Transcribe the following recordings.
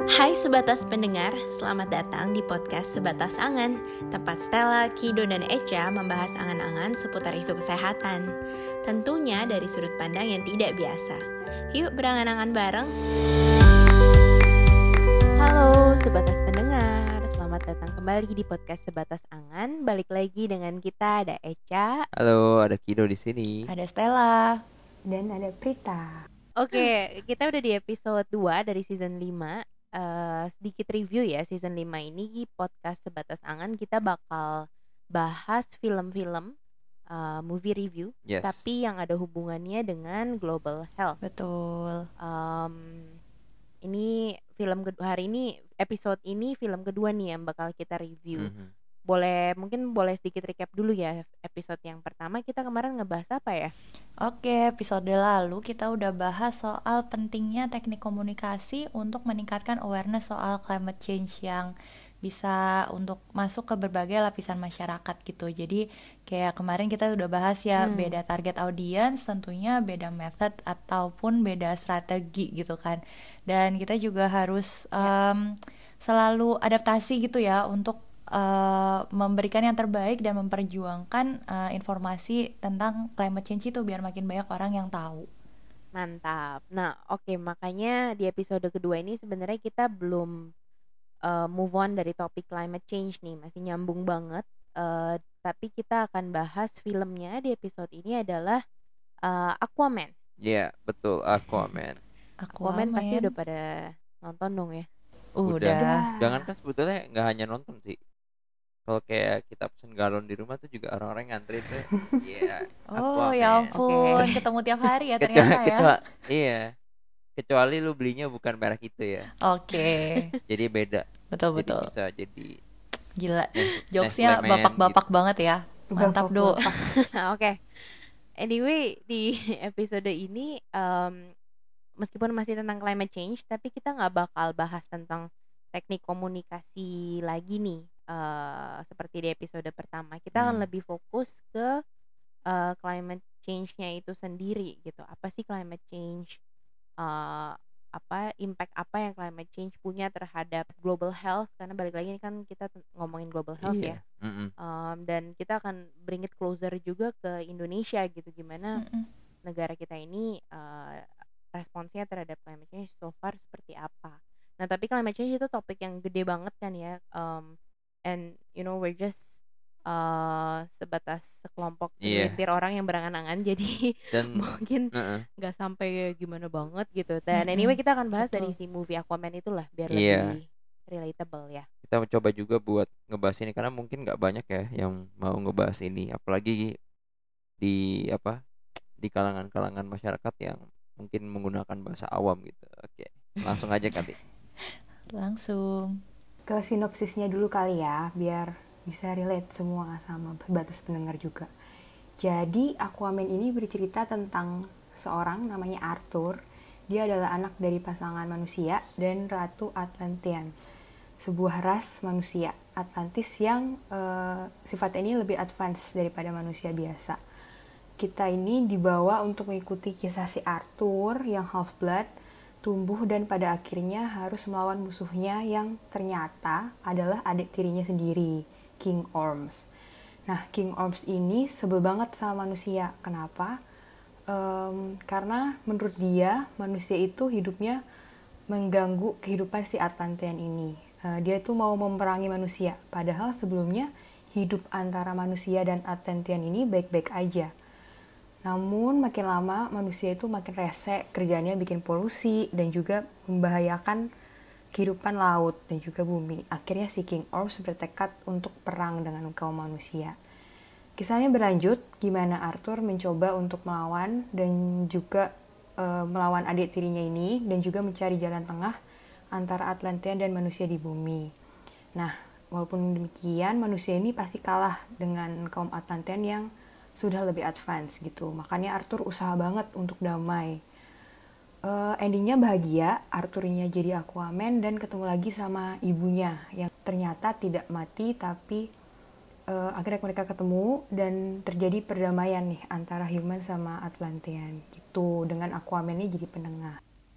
Hai Sebatas Pendengar, selamat datang di podcast Sebatas Angan. Tempat Stella, Kido, dan Echa membahas angan-angan seputar isu kesehatan. Tentunya dari sudut pandang yang tidak biasa. Yuk berangan-angan bareng. Halo Sebatas Pendengar, selamat datang kembali di podcast Sebatas Angan. Balik lagi dengan kita, ada Echa. Halo, ada Kido di sini. Ada Stella. Dan ada Prita. Oke, kita udah di episode 2 dari season 5. Sedikit review ya, season 5 ini podcast Sebatas Angan kita bakal bahas film-film movie review, Yes. tapi yang ada hubungannya dengan global health. Betul. Ini film kedua, hari ini episode ini film kedua nih yang bakal kita review. Mhm. Mungkin boleh sedikit recap dulu ya. Episode yang pertama kita kemarin ngebahas apa ya? Oke, episode lalu kita udah bahas soal pentingnya teknik komunikasi untuk meningkatkan awareness soal climate change yang bisa untuk masuk ke berbagai lapisan masyarakat gitu. Jadi kayak kemarin kita udah bahas ya, beda target audience, tentunya beda method ataupun beda strategi gitu kan. Dan kita juga harus selalu adaptasi gitu ya untuk memberikan yang terbaik dan memperjuangkan informasi tentang climate change itu biar makin banyak orang yang tahu. Mantap. Nah, oke, makanya di episode kedua ini sebenarnya kita belum move on dari topik climate change nih, masih nyambung banget. Tapi kita akan bahas filmnya di episode ini adalah Aquaman. Iya, betul, Aquaman. Aquaman pasti udah pada nonton dong ya. Udah. Jangan kan sebetulnya nggak hanya nonton sih. Kalau kayak kita pesen galon di rumah tuh juga orang-orang ngantri tuh. Iya. Oh Aquaman. ya ampun, Oke. ketemu tiap hari ya ternyata ya. Iya. Kecuali lu belinya bukan merek itu ya. Oke, Jadi beda. betul. Jadi bisa jadi Gila, Nestle jokesnya Man bapak-bapak gitu. banget ya. Mantap Do. Oke. Anyway, di episode ini meskipun masih tentang climate change, tapi kita nggak bakal bahas tentang teknik komunikasi lagi nih. Seperti di episode pertama, kita akan lebih fokus ke climate change-nya itu sendiri gitu. Apa sih climate change? Apa impact apa yang climate change punya terhadap global health? Karena balik lagi ini kan kita ngomongin global health ya. Iya. Mm-mm. Dan kita akan bring it closer juga ke Indonesia gitu, gimana negara kita ini responsnya terhadap climate change so far seperti apa. Nah, tapi climate change itu topik yang gede banget kan ya, and you know we're just sebatas sekelompok segelintir orang yang berangan-angan, jadi Dan mungkin heeh. nggak sampai gimana banget gitu. Dan anyway kita akan bahas dari si movie Aquaman itulah biar Iya. lebih relatable ya. Kita mencoba juga buat ngebahas ini karena mungkin nggak banyak ya yang mau ngebahas ini, apalagi di kalangan-kalangan masyarakat yang mungkin menggunakan bahasa awam gitu. Oke, langsung aja kali. Langsung. Ke sinopsisnya dulu kali ya, biar bisa relate semua sama sebatas pendengar juga. Jadi Aquaman ini bercerita tentang seorang namanya Arthur. Dia adalah anak dari pasangan manusia dan Ratu Atlantean, sebuah ras manusia Atlantis yang sifatnya ini lebih advance daripada manusia biasa. Kita ini dibawa untuk mengikuti kisah si Arthur yang half-blood, tumbuh dan pada akhirnya harus melawan musuhnya yang ternyata adalah adik tirinya sendiri, King Orms. Nah, King Orms ini sebel banget sama manusia. Kenapa? Karena menurut dia, manusia itu hidupnya mengganggu kehidupan si Atlantean ini. Dia tuh mau memerangi manusia, padahal sebelumnya hidup antara manusia dan Atlantean ini baik-baik aja. Namun makin lama manusia itu makin rese, kerjanya bikin polusi dan juga membahayakan kehidupan laut dan juga bumi. Akhirnya si King Orms bertekad untuk perang dengan kaum manusia. Kisahnya berlanjut gimana Arthur mencoba untuk melawan dan juga melawan adik tirinya ini dan juga mencari jalan tengah antara Atlantean dan manusia di bumi. Nah, walaupun demikian manusia ini pasti kalah dengan kaum Atlantean yang sudah lebih advance gitu. Makanya Arthur usaha banget untuk damai. Endingnya bahagia, Arthurnya jadi Aquaman dan ketemu lagi sama ibunya yang ternyata tidak mati, tapi akhirnya mereka ketemu dan terjadi perdamaian nih antara human sama Atlantean gitu, dengan Aquaman-nya jadi penengah.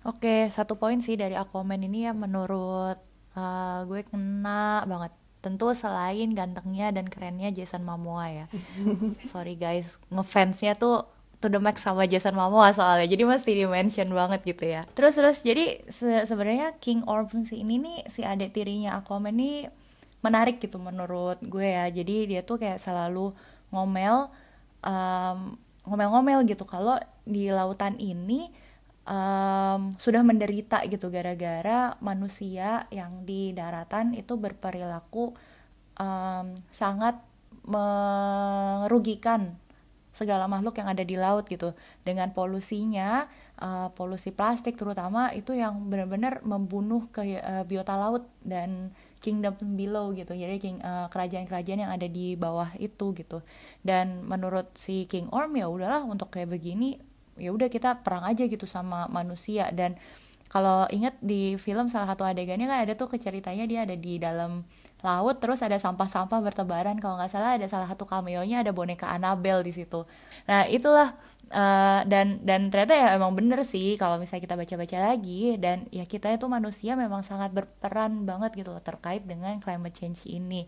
Oke, satu poin sih dari Aquaman ini ya menurut gue kena banget. Tentu selain gantengnya dan kerennya Jason Momoa ya. Sorry guys, ngefansnya tuh to the max sama Jason Momoa soalnya. Jadi mesti di-mention banget gitu ya. Terus jadi sebenarnya King Orm ini nih, si adik tirinya Aquaman nih menarik gitu menurut gue ya. Jadi dia tuh kayak selalu ngomel ngomel-ngomel gitu kalau di lautan ini sudah menderita gitu gara-gara manusia yang di daratan itu berperilaku sangat merugikan segala makhluk yang ada di laut gitu dengan polusinya, polusi plastik terutama itu yang benar-benar membunuh ke biota laut dan kingdom below gitu. Jadi kerajaan-kerajaan yang ada di bawah itu gitu. Dan menurut si King Orm ya udahlah untuk kayak begini ya udah kita perang aja gitu sama manusia. Dan kalau ingat di film salah satu adegannya kan ada tuh ceritanya dia ada di dalam laut terus ada sampah-sampah bertebaran, kalau nggak salah ada salah satu cameo-nya ada boneka Annabelle di situ. Nah itulah dan ternyata ya emang bener sih kalau misalnya kita baca-baca lagi, dan ya kita itu manusia memang sangat berperan banget gitu loh terkait dengan climate change ini.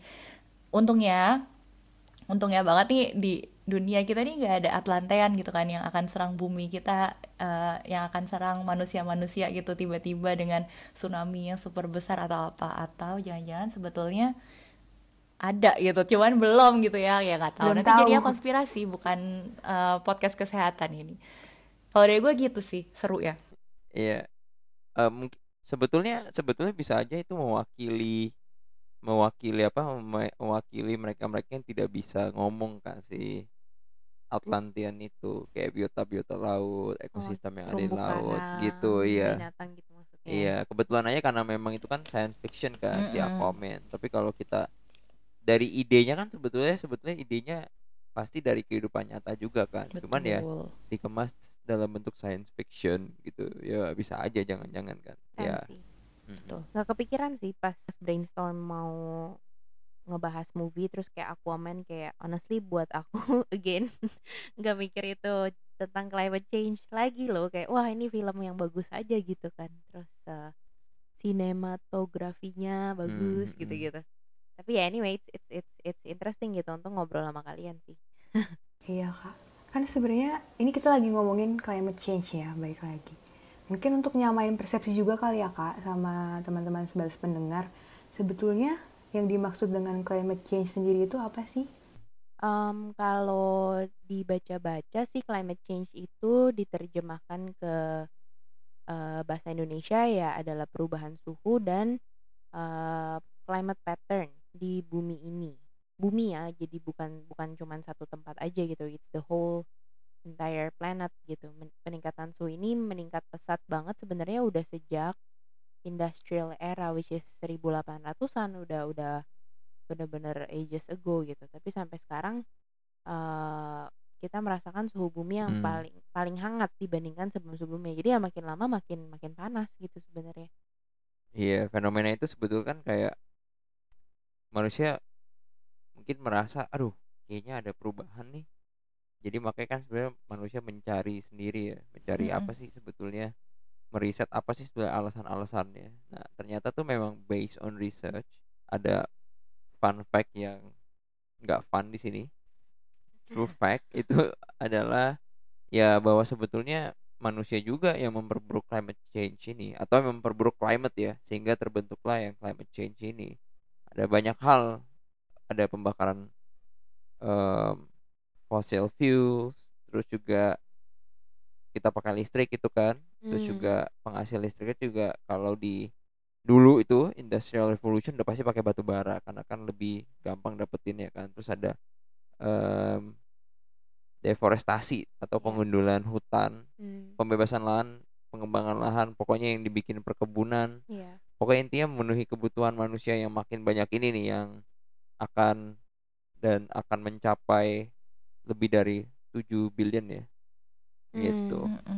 Untungnya banget nih di dunia kita nih nggak ada Atlantean gitu kan yang akan serang bumi kita, yang akan serang manusia-manusia gitu tiba-tiba dengan tsunami yang super besar atau apa, atau jangan-jangan sebetulnya ada gitu cuman belum gitu ya nggak tahu, Belum nanti tahu. jadinya konspirasi bukan podcast kesehatan ini. Kalau dari gue gitu sih, seru ya. Iya, mungkin sebetulnya bisa aja itu mewakili mereka yang tidak bisa ngomong kan, si Atlantean itu kayak biota-biota laut, Oh, ekosistem yang ada di terumbu laut gitu. karang, Iya. binatang gitu maksudnya. Iya, kebetulan aja karena memang itu kan science fiction kan si Mm-mm. Aquaman. Tapi kalau kita dari idenya kan sebetulnya idenya pasti dari kehidupan nyata juga kan. Cuman ya Betul. dikemas dalam bentuk science fiction gitu. Ya bisa aja jangan-jangan kan. Ya. Keren sih. Mm-mm. Nggak kepikiran sih pas brainstorm mau ngebahas movie terus kayak Aquaman, kayak honestly buat aku again nggak mikir itu tentang climate change lagi loh, kayak wah ini film yang bagus aja gitu kan, terus sinematografinya bagus Mm-mm. gitu-gitu. Tapi ya anyway it's interesting gitu untuk ngobrol sama kalian sih. Iya kak, kan sebenarnya ini kita lagi ngomongin climate change ya, baik lagi. Mungkin untuk nyamain persepsi juga kali ya kak sama teman-teman sebatas pendengar. Sebetulnya yang dimaksud dengan climate change sendiri itu apa sih? Kalau dibaca-baca sih climate change itu diterjemahkan ke bahasa Indonesia ya adalah perubahan suhu dan climate pattern di bumi ini. Bumi ya, jadi bukan cuman satu tempat aja gitu. It's the whole entire planet gitu. Peningkatan suhu ini meningkat pesat banget sebenarnya udah sejak industrial era, which is 1800-an, udah bener-bener ages ago gitu. Tapi sampai sekarang kita merasakan suhu bumi yang paling hangat dibandingkan sebelum-sebelumnya. Jadi ya makin lama makin panas gitu sebenarnya. Iya, fenomena itu sebetulnya kan kayak manusia mungkin merasa aduh kayaknya ada perubahan nih. Jadi makanya kan sebenarnya manusia mencari sendiri ya, mencari Mm-mm. apa sih sebetulnya, meriset apa sih sebenarnya alasan-alasannya. Nah, ternyata tuh memang based on research. Ada fun fact yang nggak fun di sini. True fact itu adalah ya bahwa sebetulnya manusia juga yang memperburuk climate change ini atau memperburuk climate ya, sehingga terbentuklah yang climate change ini. Ada banyak hal, ada pembakaran fossil fuels, terus juga kita pakai listrik itu kan, terus juga penghasil listriknya juga kalau di dulu itu industrial revolution udah pasti pakai batu bara karena kan lebih gampang dapetin ya kan. Terus ada deforestasi atau Ya. pengundulan hutan, pembebasan lahan, pengembangan lahan, pokoknya yang dibikin perkebunan. Iya. Pokoknya intinya memenuhi kebutuhan manusia yang makin banyak ini nih yang akan mencapai lebih dari 7 billion ya. Gitu. Mm-mm.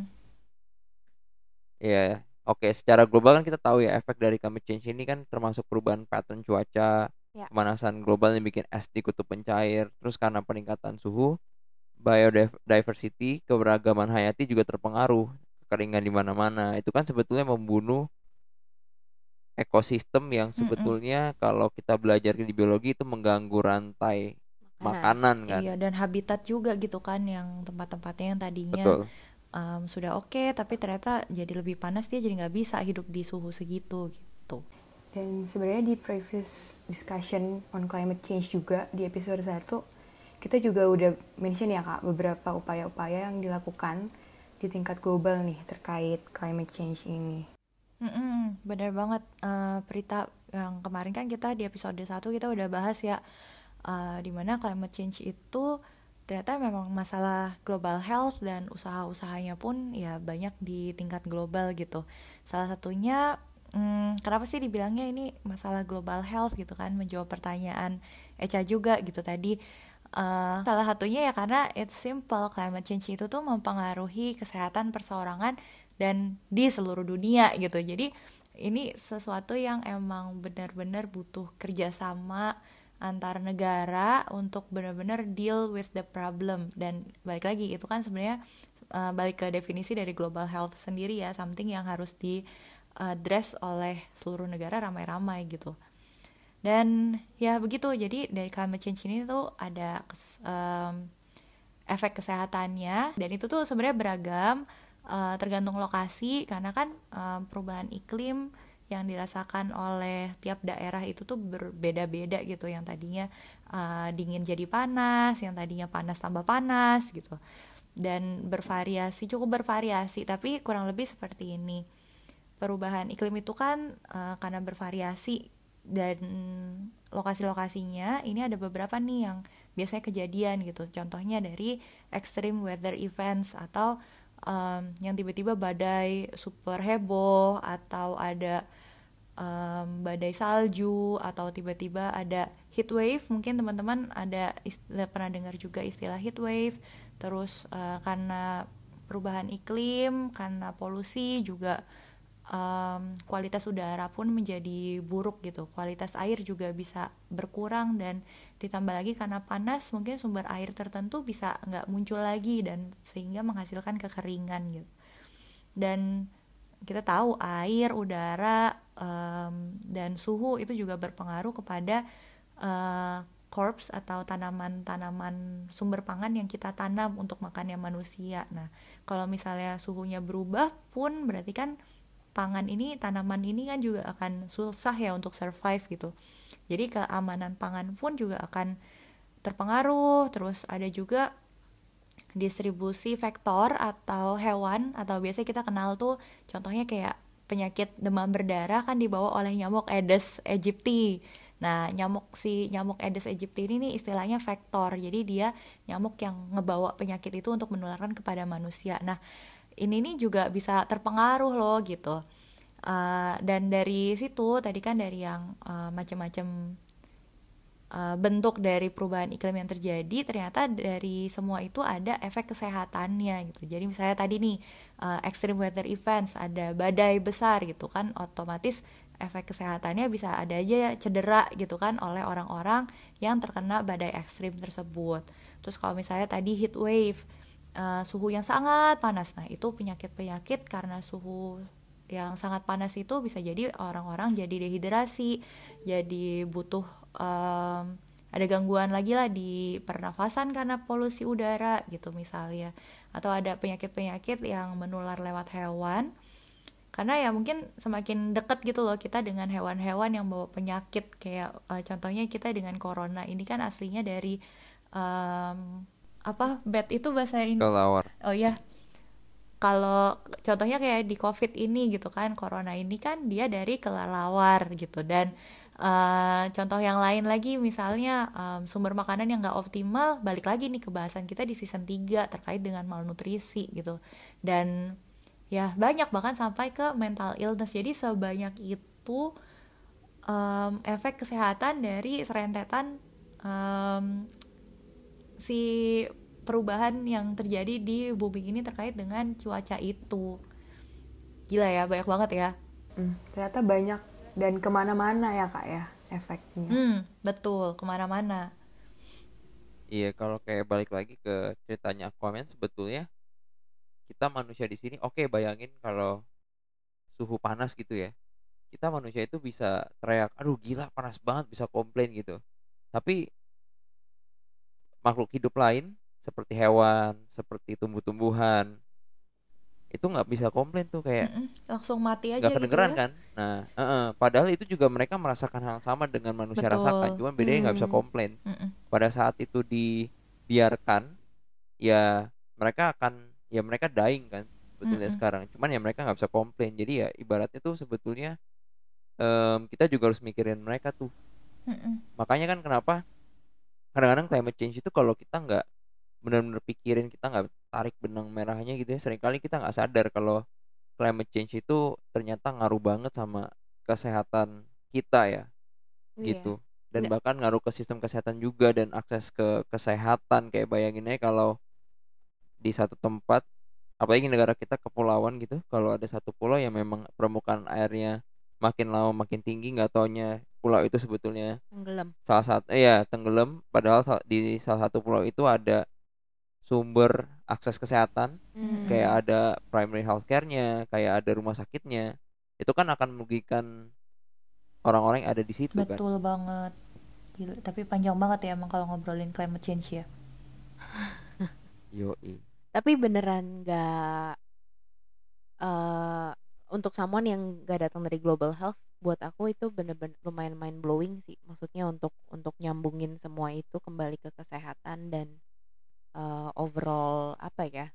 Ya, oke, secara global kan kita tahu ya efek dari climate change ini kan termasuk perubahan pattern cuaca, Ya. pemanasan global yang bikin es di kutub pencair, terus karena peningkatan suhu, biodiversity, keberagaman hayati juga terpengaruh kekeringan di mana-mana. Itu kan sebetulnya membunuh ekosistem yang sebetulnya kalau kita belajar di biologi itu mengganggu rantai makanan kan. Iya, dan habitat juga gitu kan, yang tempat-tempatnya yang tadinya Betul. sudah oke, tapi ternyata jadi lebih panas, dia jadi nggak bisa hidup di suhu segitu gitu. Dan sebenarnya di previous discussion on climate change juga di episode 1 kita juga udah mention ya Kak beberapa upaya-upaya yang dilakukan di tingkat global nih terkait climate change ini. Bener banget, Prita. Yang kemarin kan kita di episode 1 kita udah bahas ya, dimana climate change itu ternyata memang masalah global health, dan usaha-usahanya pun ya banyak di tingkat global gitu. Salah satunya, kenapa sih dibilangnya ini masalah global health gitu kan, menjawab pertanyaan Echa juga gitu tadi. Salah satunya ya karena it's simple, climate change itu tuh mempengaruhi kesehatan perseorangan dan di seluruh dunia gitu. Jadi ini sesuatu yang emang benar-benar butuh kerjasama antar negara untuk benar-benar deal with the problem. Dan balik lagi itu kan sebenarnya balik ke definisi dari global health sendiri ya, something yang harus di address oleh seluruh negara ramai-ramai gitu. Dan ya begitu, jadi dari climate change ini tuh ada efek kesehatannya, dan itu tuh sebenarnya beragam, tergantung lokasi, karena kan perubahan iklim yang dirasakan oleh tiap daerah itu tuh berbeda-beda gitu. Yang tadinya dingin jadi panas, yang tadinya panas tambah panas gitu, dan bervariasi, cukup bervariasi, tapi kurang lebih seperti ini. Perubahan iklim itu kan karena bervariasi, dan lokasi-lokasinya ini ada beberapa nih yang biasanya kejadian gitu. Contohnya dari extreme weather events, atau yang tiba-tiba badai super heboh, atau ada badai salju, atau tiba-tiba ada heat wave. Mungkin teman-teman ada pernah dengar juga istilah heat wave. Terus karena perubahan iklim, karena polusi juga, kualitas udara pun menjadi buruk gitu, kualitas air juga bisa berkurang, dan ditambah lagi karena panas mungkin sumber air tertentu bisa nggak muncul lagi, dan sehingga menghasilkan kekeringan gitu. Dan kita tahu air, udara, dan suhu itu juga berpengaruh kepada crops atau tanaman-tanaman sumber pangan yang kita tanam untuk makannya manusia. Nah, kalau misalnya suhunya berubah pun berarti kan pangan ini, tanaman ini kan juga akan susah ya untuk survive gitu. Jadi keamanan pangan pun juga akan terpengaruh. Terus ada juga distribusi vektor atau hewan, atau biasanya kita kenal tuh contohnya kayak penyakit demam berdarah kan dibawa oleh nyamuk Aedes aegypti. Nah, nyamuk Aedes aegypti ini nih istilahnya vektor. Jadi dia nyamuk yang ngebawa penyakit itu untuk menularkan kepada manusia. Nah, ini nih juga bisa terpengaruh loh gitu. Dan dari situ tadi kan dari yang macam-macam bentuk dari perubahan iklim yang terjadi, ternyata dari semua itu ada efek kesehatannya gitu. Jadi misalnya tadi nih extreme weather events, ada badai besar gitu kan, otomatis efek kesehatannya bisa ada aja cedera gitu kan oleh orang-orang yang terkena badai ekstrim tersebut. Terus kalau misalnya tadi heat wave, suhu yang sangat panas, nah itu penyakit-penyakit karena suhu yang sangat panas itu bisa jadi orang-orang jadi dehidrasi, jadi butuh ada gangguan lagi lah di pernafasan karena polusi udara gitu misalnya, atau ada penyakit-penyakit yang menular lewat hewan, karena ya mungkin semakin dekat gitu loh kita dengan hewan-hewan yang bawa penyakit, kayak contohnya kita dengan corona ini kan aslinya dari apa bat itu bahasa ini, Kelawar. oh iya, kalau contohnya kayak di COVID ini gitu kan, corona ini kan dia dari kelelawar gitu. Dan contoh yang lain lagi misalnya sumber makanan yang gak optimal, balik lagi nih ke bahasan kita di season 3 terkait dengan malnutrisi gitu. Dan ya banyak, bahkan sampai ke mental illness. Jadi sebanyak itu efek kesehatan dari serentetan si perubahan yang terjadi di bumi ini terkait dengan cuaca itu. Gila ya, banyak banget ya. Ternyata banyak dan kemana-mana ya Kak ya efeknya. Betul, kemana-mana. Iya, kalau kayak balik lagi ke ceritanya Aquaman, sebetulnya kita manusia di sini, oke, bayangin kalau suhu panas gitu ya. Kita manusia itu bisa teriak, aduh gila panas banget, bisa komplain gitu. Tapi makhluk hidup lain seperti hewan, seperti tumbuh-tumbuhan, itu nggak bisa komplain tuh, kayak Langsung mati aja nggak gitu kedengeran ya. kan. Nah, padahal itu juga mereka merasakan hal yang sama dengan manusia rasakan, Betul. cuman bedanya nggak bisa komplain. Pada saat itu dibiarkan, ya mereka dying kan sebetulnya sekarang, cuman ya mereka nggak bisa komplain. Jadi ya ibaratnya tuh sebetulnya kita juga harus mikirin mereka tuh. Makanya kan kenapa kadang-kadang climate change itu kalau kita nggak benar-benar pikirin, kita nggak tarik benang merahnya gitu ya, seringkali kita nggak sadar kalau climate change itu ternyata ngaruh banget sama kesehatan kita ya, Iya. gitu. Dan Nggak. bahkan ngaruh ke sistem kesehatan juga dan akses ke kesehatan. Kayak bayangin aja kalau di satu tempat, apalagi negara kita kepulauan gitu, kalau ada satu pulau yang memang permukaan airnya makin lama makin tinggi, nggak taunya pulau itu sebetulnya Tenggelam. tenggelam, padahal di salah satu pulau itu ada sumber akses kesehatan, kayak ada primary healthcare-nya, kayak ada rumah sakitnya. Itu kan akan merugikan orang-orang yang ada di situ kan. Betul banget. Gila, tapi panjang banget ya emang kalau ngobrolin climate change ya. Yoi. Tapi beneran nggak untuk someone yang nggak datang dari global health, buat aku itu bener-bener lumayan mind blowing sih. Maksudnya untuk nyambungin semua itu kembali ke kesehatan dan overall apa ya,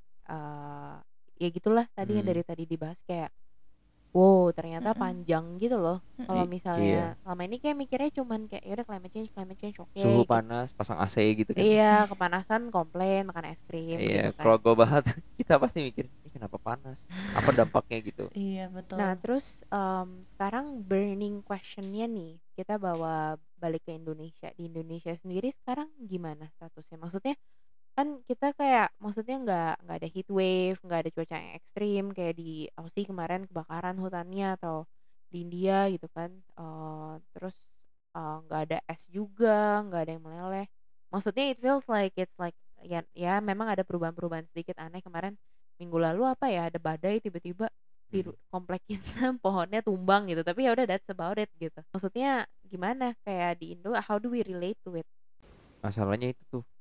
ya gitulah tadi yang dari tadi dibahas, kayak wow ternyata panjang gitu loh. Kalau misalnya selama ini kayak mikirnya cuman kayak yaudah climate change oke, suhu gitu. panas pasang AC gitu kan. Iya, kepanasan komplain makan es krim Iya, gitu kan. kalau gue bahas kita pasti mikir, ini kenapa panas, apa dampaknya gitu. Iya betul. Nah terus sekarang burning questionnya nih, kita bawa balik ke Indonesia. Di Indonesia sendiri sekarang gimana statusnya? Maksudnya kan kita kayak, maksudnya nggak ada heat wave, nggak ada cuaca yang ekstrim kayak di Aussie kemarin kebakaran hutannya, atau di India gitu kan. Terus nggak ada es juga, nggak ada yang meleleh. Maksudnya it feels like it's like ya memang ada perubahan-perubahan sedikit aneh. Kemarin minggu lalu apa ya, ada badai tiba-tiba di komplek kita pohonnya tumbang gitu, tapi ya udah that's about it gitu. Maksudnya gimana kayak di Indo, how do we relate to it? Masalahnya itu tuh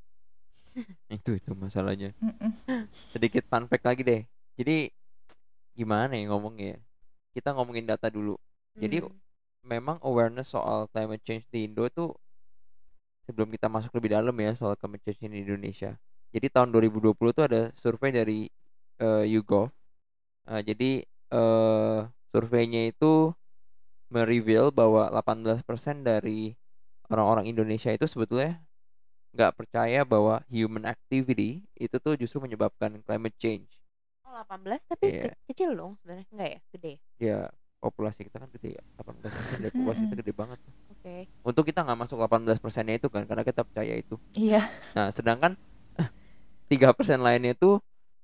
itu masalahnya. Sedikit fun fact lagi deh. Jadi gimana ya ngomongnya, kita ngomongin data dulu. Jadi memang awareness soal climate change di Indo tuh, sebelum kita masuk lebih dalam ya soal climate change di Indonesia. Jadi tahun 2020 tuh ada survei dari YouGov. Jadi surveinya itu mereveal bahwa 18% dari orang-orang Indonesia itu sebetulnya nggak percaya bahwa human activity itu tuh justru menyebabkan climate change. Oh 18 tapi Iya. kecil dong sebenarnya, enggak ya, gede. Ya populasi kita kan gede ya, 18% dari populasi kita gede banget. Oke. Untuk kita nggak masuk 18%-nya itu kan, karena kita percaya itu. Iya. Nah sedangkan 3% lainnya itu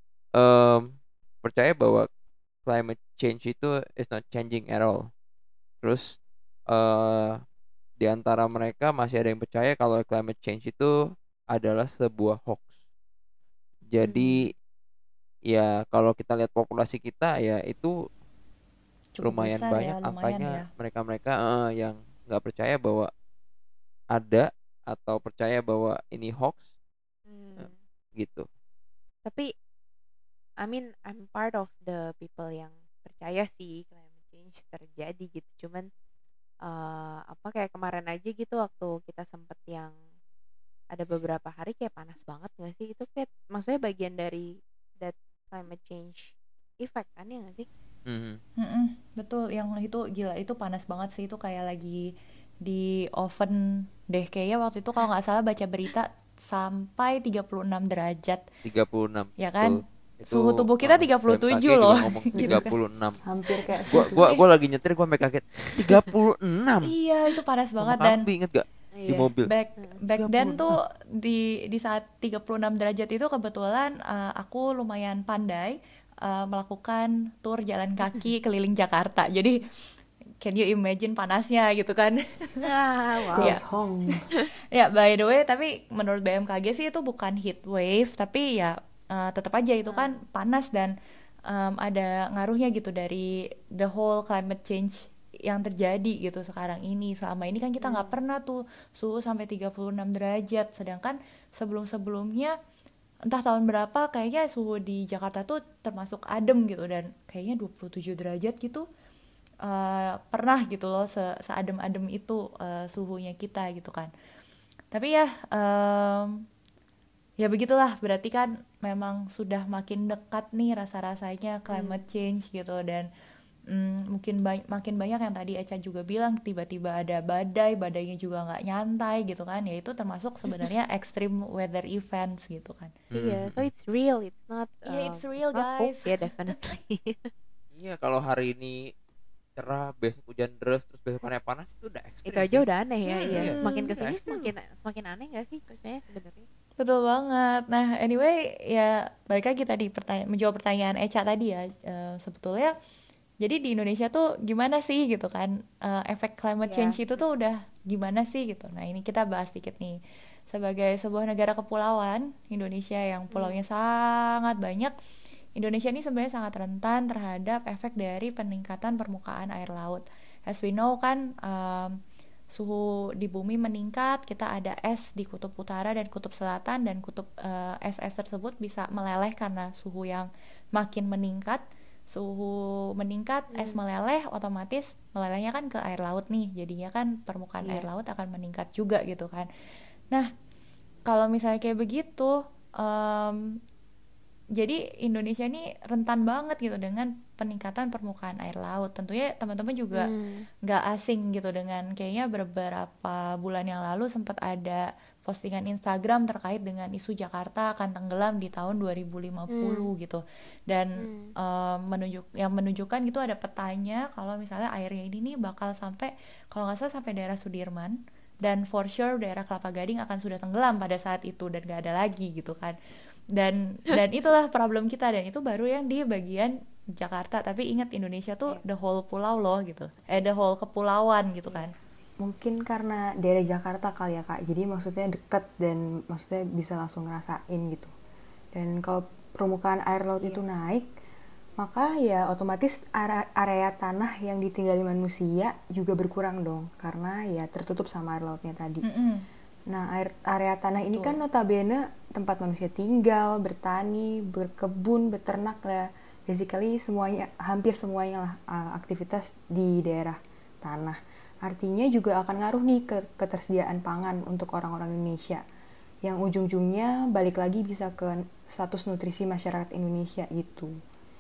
percaya bahwa climate change itu is not changing at all. Terus di antara mereka masih ada yang percaya kalau climate change itu adalah sebuah hoax. Jadi ya kalau kita lihat populasi kita ya itu Cukup lumayan besar banyak ya, lumayan angkanya ya. mereka-mereka yang nggak percaya bahwa ada, atau percaya bahwa ini hoax gitu. Tapi I mean I'm part of the people yang percaya sih climate change terjadi gitu. Cuman apa kayak kemarin aja gitu, waktu kita sempet yang ada beberapa hari kayak panas banget nggak sih? Itu kayak maksudnya bagian dari that climate change effect kan, ya nggak sih? Betul, yang itu gila, itu panas banget sih. Itu kayak lagi di oven deh kayaknya waktu itu, kalau nggak salah baca berita sampai 36 derajat 36 ya kan. Itu, suhu tubuh kita 37 BMKG loh juga ngomong 36. Hampir kayak Gua lagi nyetir, gua sampai kaget 36. Iya itu panas banget. Sama Dan Kapi, inget gak di mobil back then tuh di saat 36 derajat itu kebetulan aku lumayan pandai melakukan tur jalan kaki keliling Jakarta. Jadi can you imagine panasnya gitu kan. Wow. Goes home. Ya by the way, tapi menurut BMKG sih itu bukan heat wave, tapi ya tetap aja itu kan panas dan ada ngaruhnya gitu dari the whole climate change yang terjadi gitu sekarang ini. Selama ini kan kita nggak pernah tuh suhu sampai 36 derajat, sedangkan sebelum-sebelumnya entah tahun berapa kayaknya suhu di Jakarta tuh termasuk adem gitu, dan kayaknya 27 derajat gitu pernah gitu loh, seadem-adem itu suhunya kita gitu kan. Tapi ya ya begitulah, berarti kan memang sudah makin dekat nih rasa-rasanya climate change gitu. Dan makin banyak yang tadi Echa juga bilang, tiba-tiba ada badainya juga nggak nyantai gitu kan, ya itu termasuk sebenarnya extreme weather events gitu kan. Iya, so it's real, it's not It's real, not guys. hoax ya, definitely. Iya, kalau hari ini cerah, besok hujan deras, terus besokannya panas, itu udah ekstrim Itu aja sih. udah aneh ya. Iya, Iya. semakin kesini Ekstrim. semakin aneh nggak sih cuacanya sebenarnya? Betul banget. Nah, anyway, ya balik lagi tadi menjawab pertanyaan Echa tadi ya. Sebetulnya, jadi di Indonesia tuh gimana sih gitu kan? Efek climate change itu tuh udah gimana sih gitu. Nah, ini kita bahas dikit nih. Sebagai sebuah negara kepulauan, Indonesia yang pulaunya sangat banyak, Indonesia ini sebenarnya sangat rentan terhadap efek dari peningkatan permukaan air laut. As we know kan, suhu di bumi meningkat, kita ada es di kutub utara dan kutub selatan, dan kutub es-es tersebut bisa meleleh karena suhu yang makin meningkat. Suhu meningkat, es meleleh, otomatis melelehnya kan ke air laut nih, jadinya kan permukaan air laut akan meningkat juga gitu kan. Nah, kalau misalnya kayak begitu, jadi Indonesia ini rentan banget gitu dengan peningkatan permukaan air laut. Tentunya teman-teman juga nggak asing gitu dengan, kayaknya beberapa bulan yang lalu sempat ada postingan Instagram terkait dengan isu Jakarta akan tenggelam di tahun 2050 gitu. Dan menunjukkan gitu ada petanya kalau misalnya airnya ini nih bakal sampai, kalau nggak salah sampai daerah Sudirman, dan for sure daerah Kelapa Gading akan sudah tenggelam pada saat itu dan nggak ada lagi gitu kan. Dan itulah problem kita, dan itu baru yang di bagian Jakarta. Tapi ingat, Indonesia tuh the whole pulau loh gitu, the whole kepulauan gitu kan. Mungkin karena daerah Jakarta kali ya Kak, jadi maksudnya dekat dan maksudnya bisa langsung ngerasain gitu. Dan kalau permukaan air laut itu naik, maka ya otomatis area tanah yang ditinggali manusia juga berkurang dong, karena ya tertutup sama air lautnya tadi. Nah, area tanah ini kan notabene tempat manusia tinggal, bertani, berkebun, beternak lah. Basically semuanya, hampir semuanya lah aktivitas di daerah tanah. Artinya juga akan ngaruh nih ke ketersediaan pangan untuk orang-orang Indonesia. Yang ujung-ujungnya balik lagi bisa ke status nutrisi masyarakat Indonesia gitu.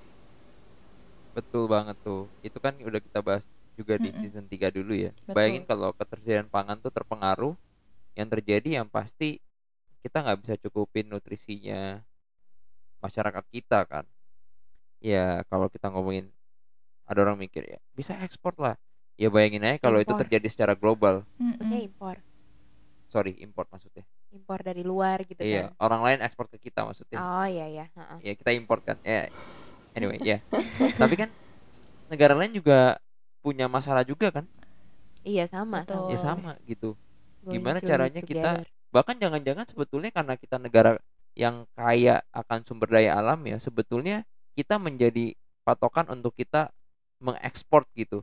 Betul banget tuh. Itu kan udah kita bahas juga di season 3 dulu ya. Betul. Bayangin kalau ketersediaan pangan tuh terpengaruh, yang terjadi yang pasti kita nggak bisa cukupin nutrisinya masyarakat kita kan. Ya kalau kita ngomongin, ada orang mikir ya bisa ekspor lah. Ya bayangin aja kalau itu Impor. terjadi secara global. Maksudnya impor Import maksudnya. impor dari luar gitu Iya, kan. orang lain ekspor ke kita maksudnya. Oh iya. Ya kita import kan. Ya anyway ya. Tapi kan negara lain juga punya masalah juga kan. Iya, sama. Betul. Ya sama gitu. Going Gimana through caranya it kita, together. bahkan jangan-jangan sebetulnya karena kita negara yang kaya akan sumber daya alam ya, sebetulnya kita menjadi patokan untuk kita mengekspor gitu.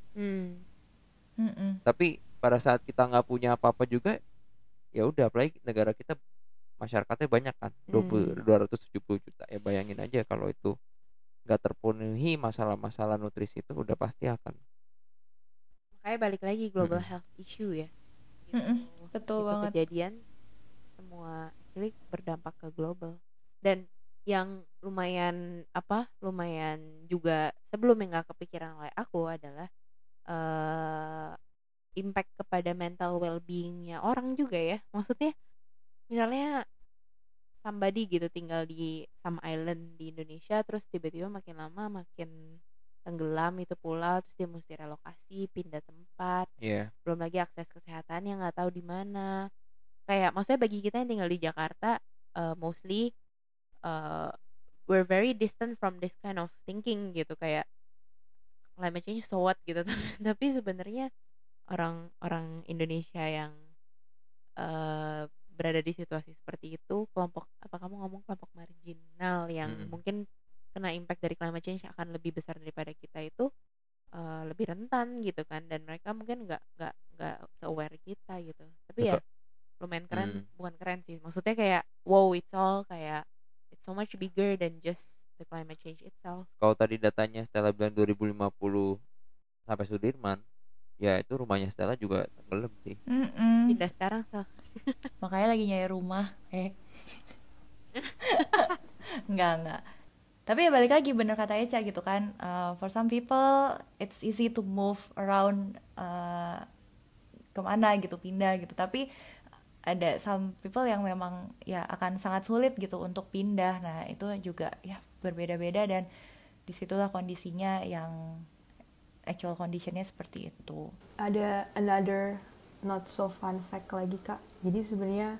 Tapi pada saat kita nggak punya apa-apa juga, ya udah, apalagi negara kita masyarakatnya banyak kan, 270 juta. Ya bayangin aja kalau itu nggak terpenuhi masalah-masalah nutrisi, itu udah pasti akan. Makanya balik lagi global health issue ya. Betul itu banget. Kejadian semua actually berdampak ke global. Dan yang lumayan juga sebelumnya nggak kepikiran oleh aku adalah impact kepada mental well-beingnya orang juga ya. Maksudnya misalnya somebody gitu tinggal di some island di Indonesia, terus tiba-tiba makin lama makin tenggelam itu pulau, terus dia mesti relokasi, pindah tempat. Belum lagi akses kesehatan yang nggak tahu di mana. Kayak maksudnya bagi kita yang tinggal di Jakarta, mostly we're very distant from this kind of thinking gitu, kayak climate change so what gitu. Tapi sebenarnya orang-orang Indonesia yang berada di situasi seperti itu, kelompok apa kamu ngomong kelompok marginal yang Mm-mm. mungkin kena impact dari climate change akan lebih besar daripada kita itu lebih rentan gitu kan, dan mereka mungkin nggak se-aware kita gitu. Tapi ya Betul. lumayan keren, Hmm. bukan keren sih. Maksudnya kayak wow, it's all kayak it's so much bigger than just the climate change itself. Kalau tadi datanya Stella bilang 2050 sampai Sudirman, ya itu rumahnya Stella juga tenggelam sih. Pindah sekarang Sel. Makanya lagi nyari rumah. Enggak. Tapi ya balik lagi bener kata Eca gitu kan. For some people it's easy to move around kemana gitu, pindah gitu. Tapi ada some people yang memang ya akan sangat sulit gitu untuk pindah. Nah itu juga ya berbeda-beda, dan disitulah kondisinya yang actual conditionnya seperti itu. Ada another not so fun fact lagi Kak. Jadi sebenarnya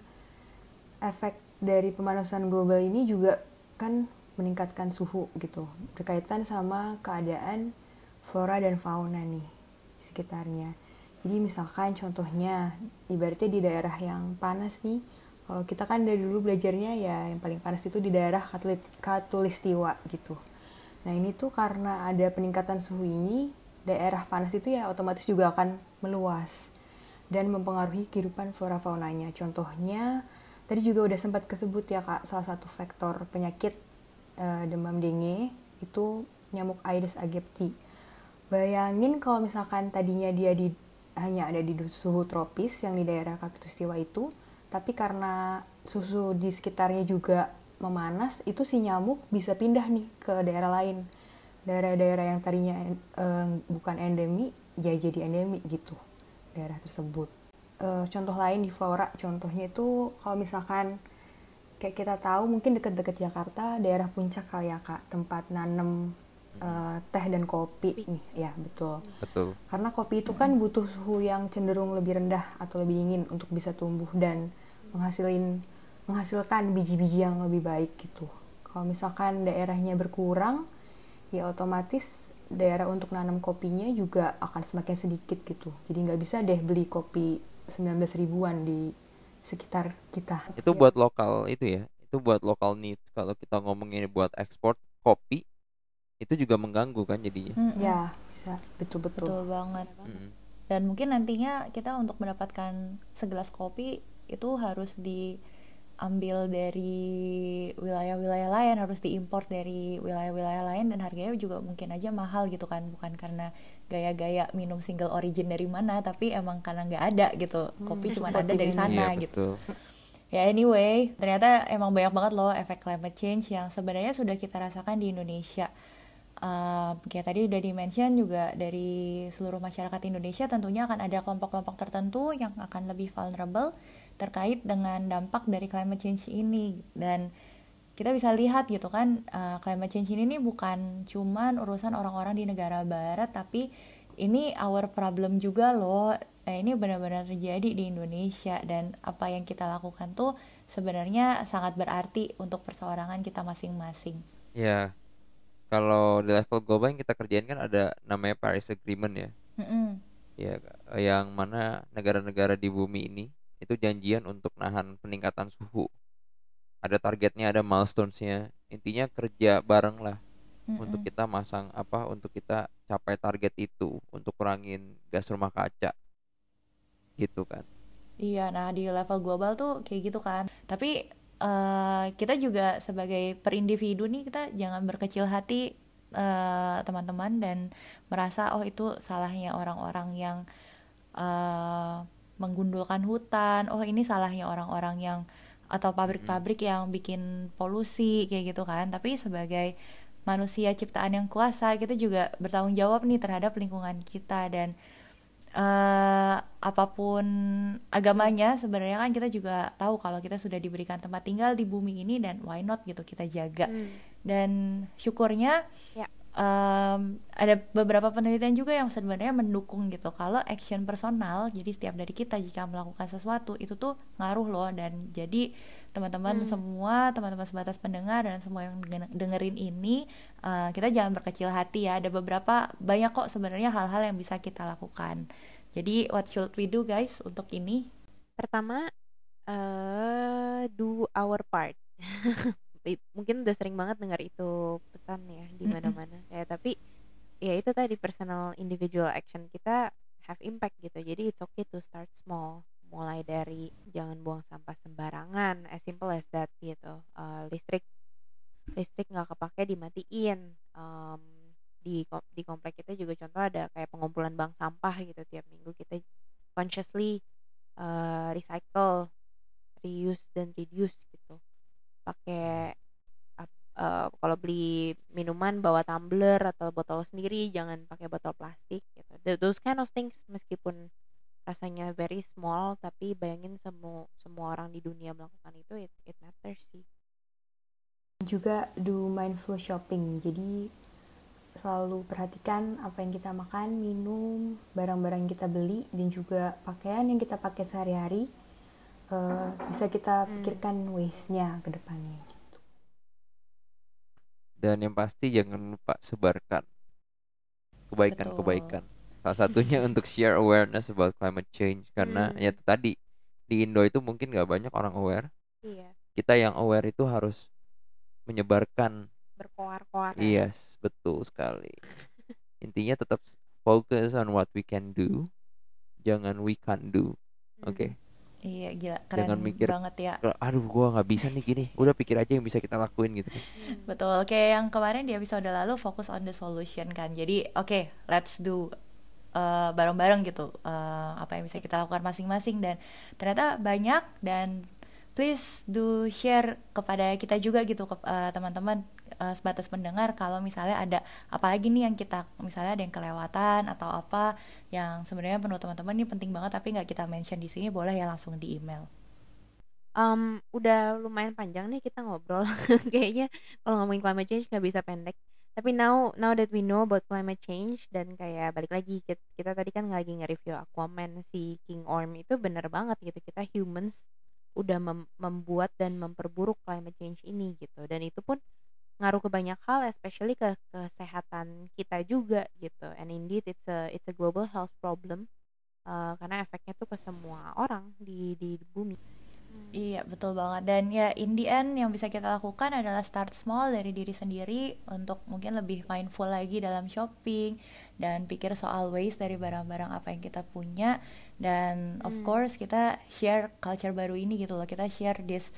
efek dari pemanasan global ini juga kan meningkatkan suhu gitu, berkaitan sama keadaan flora dan fauna nih di sekitarnya. Jadi misalkan contohnya ibaratnya di daerah yang panas nih, kalau kita kan dari dulu belajarnya ya yang paling panas itu di daerah Khatulistiwa gitu. Nah ini tuh karena ada peningkatan suhu ini, daerah panas itu ya otomatis juga akan meluas dan mempengaruhi kehidupan flora faunanya. Contohnya tadi juga udah sempat kesebut ya Kak, salah satu faktor penyakit demam dengue itu nyamuk Aedes aegypti. Bayangin kalau misalkan tadinya dia hanya ada di suhu tropis yang di daerah Khatulistiwa itu, tapi karena suhu di sekitarnya juga memanas, itu si nyamuk bisa pindah nih ke daerah lain. Daerah-daerah yang tadinya bukan endemi, ya jadi endemi gitu, daerah tersebut. Contoh lain di flora, contohnya itu kalau misalkan kayak kita tahu mungkin dekat-dekat Jakarta, daerah puncak kali ya Kak, tempat nanam teh dan kopi nih, ya betul. Betul. Karena kopi itu kan butuh suhu yang cenderung lebih rendah atau lebih dingin untuk bisa tumbuh dan menghasilkan biji-biji yang lebih baik gitu. Kalau misalkan daerahnya berkurang, ya otomatis daerah untuk nanam kopinya juga akan semakin sedikit gitu. Jadi nggak bisa deh beli kopi 19 ribuan di sekitar kita. Itu buat lokal itu ya. Itu buat lokal needs. Kalau kita ngomongin buat ekspor kopi, itu juga mengganggu kan jadinya. Ya, bisa. Betul-betul. Betul banget. Dan mungkin nantinya kita untuk mendapatkan segelas kopi itu harus diambil dari wilayah-wilayah lain, harus diimpor dari wilayah-wilayah lain, dan harganya juga mungkin aja mahal gitu kan. Bukan karena gaya-gaya minum single origin dari mana, tapi emang karena nggak ada gitu. Kopi cuma ada dari sana gitu. Ya anyway, ternyata emang banyak banget loh efek climate change yang sebenarnya sudah kita rasakan di Indonesia. Kayak tadi udah di-mention juga, dari seluruh masyarakat Indonesia tentunya akan ada kelompok-kelompok tertentu yang akan lebih vulnerable terkait dengan dampak dari climate change ini. Dan kita bisa lihat gitu kan, climate change ini bukan cuman urusan orang-orang di negara barat, tapi ini our problem juga loh. Ini benar-benar terjadi di Indonesia, dan apa yang kita lakukan tuh sebenarnya sangat berarti untuk perseorangan kita masing-masing. Ya, kalau di level global yang kita kerjain kan ada namanya Paris Agreement ya. Ya, yang mana negara-negara di bumi ini itu janjian untuk nahan peningkatan suhu. Ada targetnya, ada milestones-nya. Intinya kerja bareng lah untuk kita untuk kita capai target itu, untuk kurangin gas rumah kaca gitu kan. Iya, nah di level global tuh kayak gitu kan. Tapi kita juga sebagai perindividu nih, kita jangan berkecil hati teman-teman, dan merasa oh itu salahnya orang-orang yang menggundulkan hutan, oh ini salahnya orang-orang yang atau pabrik-pabrik yang bikin polusi kayak gitu kan. Tapi sebagai manusia ciptaan yang kuasa, kita juga bertanggung jawab nih terhadap lingkungan kita. Dan apapun agamanya, sebenarnya kan kita juga tahu kalau kita sudah diberikan tempat tinggal di bumi ini, dan why not gitu kita jaga. Dan syukurnya ada beberapa penelitian juga yang sebenarnya mendukung gitu kalau action personal, jadi setiap dari kita jika melakukan sesuatu itu tuh ngaruh loh. Dan jadi teman-teman semua, teman-teman sebatas pendengar dan semua yang dengerin ini, kita jangan berkecil hati ya. Ada banyak kok sebenarnya hal-hal yang bisa kita lakukan. Jadi what should we do guys untuk ini? Pertama, Do our part. Mungkin udah sering banget dengar itu pesan ya di mana-mana. Ya tapi ya itu tadi personal individual action kita have impact gitu. Jadi it's okay to start small. Mulai dari jangan buang sampah sembarangan, as simple as that gitu. Listrik nggak kepake dimatiin. Di komplek kita juga contoh ada kayak pengumpulan bank sampah gitu, tiap minggu kita consciously recycle, reuse dan reduce gitu. Pakai kalau beli minuman bawa tumbler atau botol sendiri, jangan pakai botol plastik gitu. Those kind of things, meskipun rasanya very small, tapi bayangin semua orang di dunia melakukan itu, it matters sih. Juga do mindful shopping. Jadi selalu perhatikan apa yang kita makan, minum, barang-barang yang kita beli, dan juga pakaian yang kita pakai sehari-hari. Bisa kita pikirkan waste-nya ke depannya. Dan yang pasti jangan lupa sebarkan kebaikan-kebaikan. Salah satunya untuk share awareness about climate change, karena ya itu tadi di Indo itu mungkin nggak banyak orang aware. Iya. Kita yang aware itu harus menyebarkan. Berkoar-koar. Yes, betul sekali. Intinya tetap focus on what we can do, jangan we can't do. Oke. Iya, gila, keren Jangan mikir banget ya. aduh gua nggak bisa nih gini. Udah pikir aja yang bisa kita lakuin gitu. Betul, kayak yang kemarin di episode lalu fokus on the solution kan. Jadi oke, let's do bareng-bareng gitu apa yang bisa kita lakukan masing-masing, dan ternyata banyak. Dan please do share kepada kita juga gitu, ke teman-teman sebatas pendengar, kalau misalnya ada apalagi nih yang kita, misalnya ada yang kelewatan atau apa yang sebenarnya menurut teman-teman ini penting banget tapi nggak kita mention di sini, boleh ya langsung di email. Udah lumayan panjang nih kita ngobrol. Kayaknya kalau ngomongin climate change nggak bisa pendek. Tapi now that we know about climate change, dan kayak balik lagi kita tadi kan lagi nge-review Aquaman, si King Orm itu bener banget gitu. Kita humans udah membuat dan memperburuk climate change ini gitu. Dan itu pun ngaruh ke banyak hal, especially ke kesehatan kita juga gitu. And indeed it's a global health problem, karena efeknya tuh ke semua orang di bumi. Iya, betul banget. Dan ya in the end yang bisa kita lakukan adalah start small dari diri sendiri untuk mungkin lebih mindful lagi dalam shopping, dan pikir soal waste dari barang-barang apa yang kita punya. Dan of course kita share culture baru ini gitu loh. Kita share this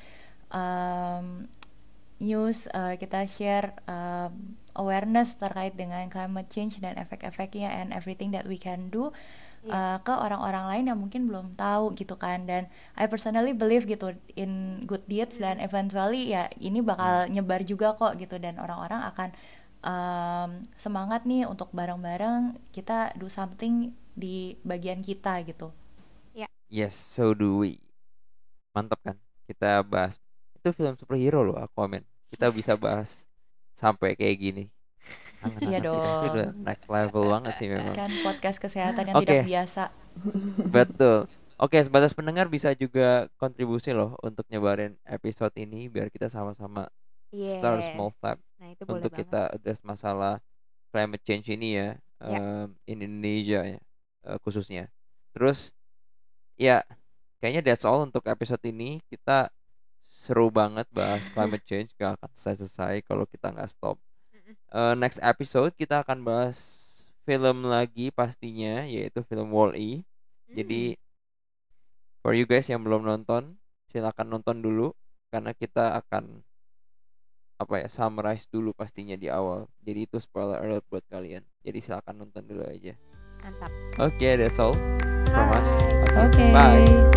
news, kita share awareness terkait dengan climate change dan efek-efeknya and everything that we can do ke orang-orang lain yang mungkin belum tahu gitu kan. Dan I personally believe gitu in good deeds, dan eventually ya ini bakal nyebar juga kok gitu, dan orang-orang akan semangat nih untuk bareng-bareng kita do something di bagian kita gitu. Yes, so do we. Mantap kan? Kita bahas itu film superhero loh, Aquaman. Kita bisa bahas sampai kayak gini. Iya dong. Sih udah next level banget sih memang. Kan podcast kesehatan yang tidak biasa. Betul. Oke, sebatas pendengar bisa juga kontribusi loh untuk nyebarin episode ini biar kita sama-sama start small step. Nah, itu untuk boleh kita address masalah climate change ini ya, in Indonesia ya, khususnya. Terus ya kayaknya that's all untuk episode ini. Kita seru banget bahas climate change, gak akan selesai kalau kita nggak stop. Next episode kita akan bahas film lagi pastinya, yaitu film Wall-E. Jadi for you guys yang belum nonton, silakan nonton dulu karena kita akan summarize dulu pastinya di awal. Jadi itu spoiler alert buat kalian. Jadi silakan nonton dulu aja. Mantap. Oke, that's all from us. Okay. Bye.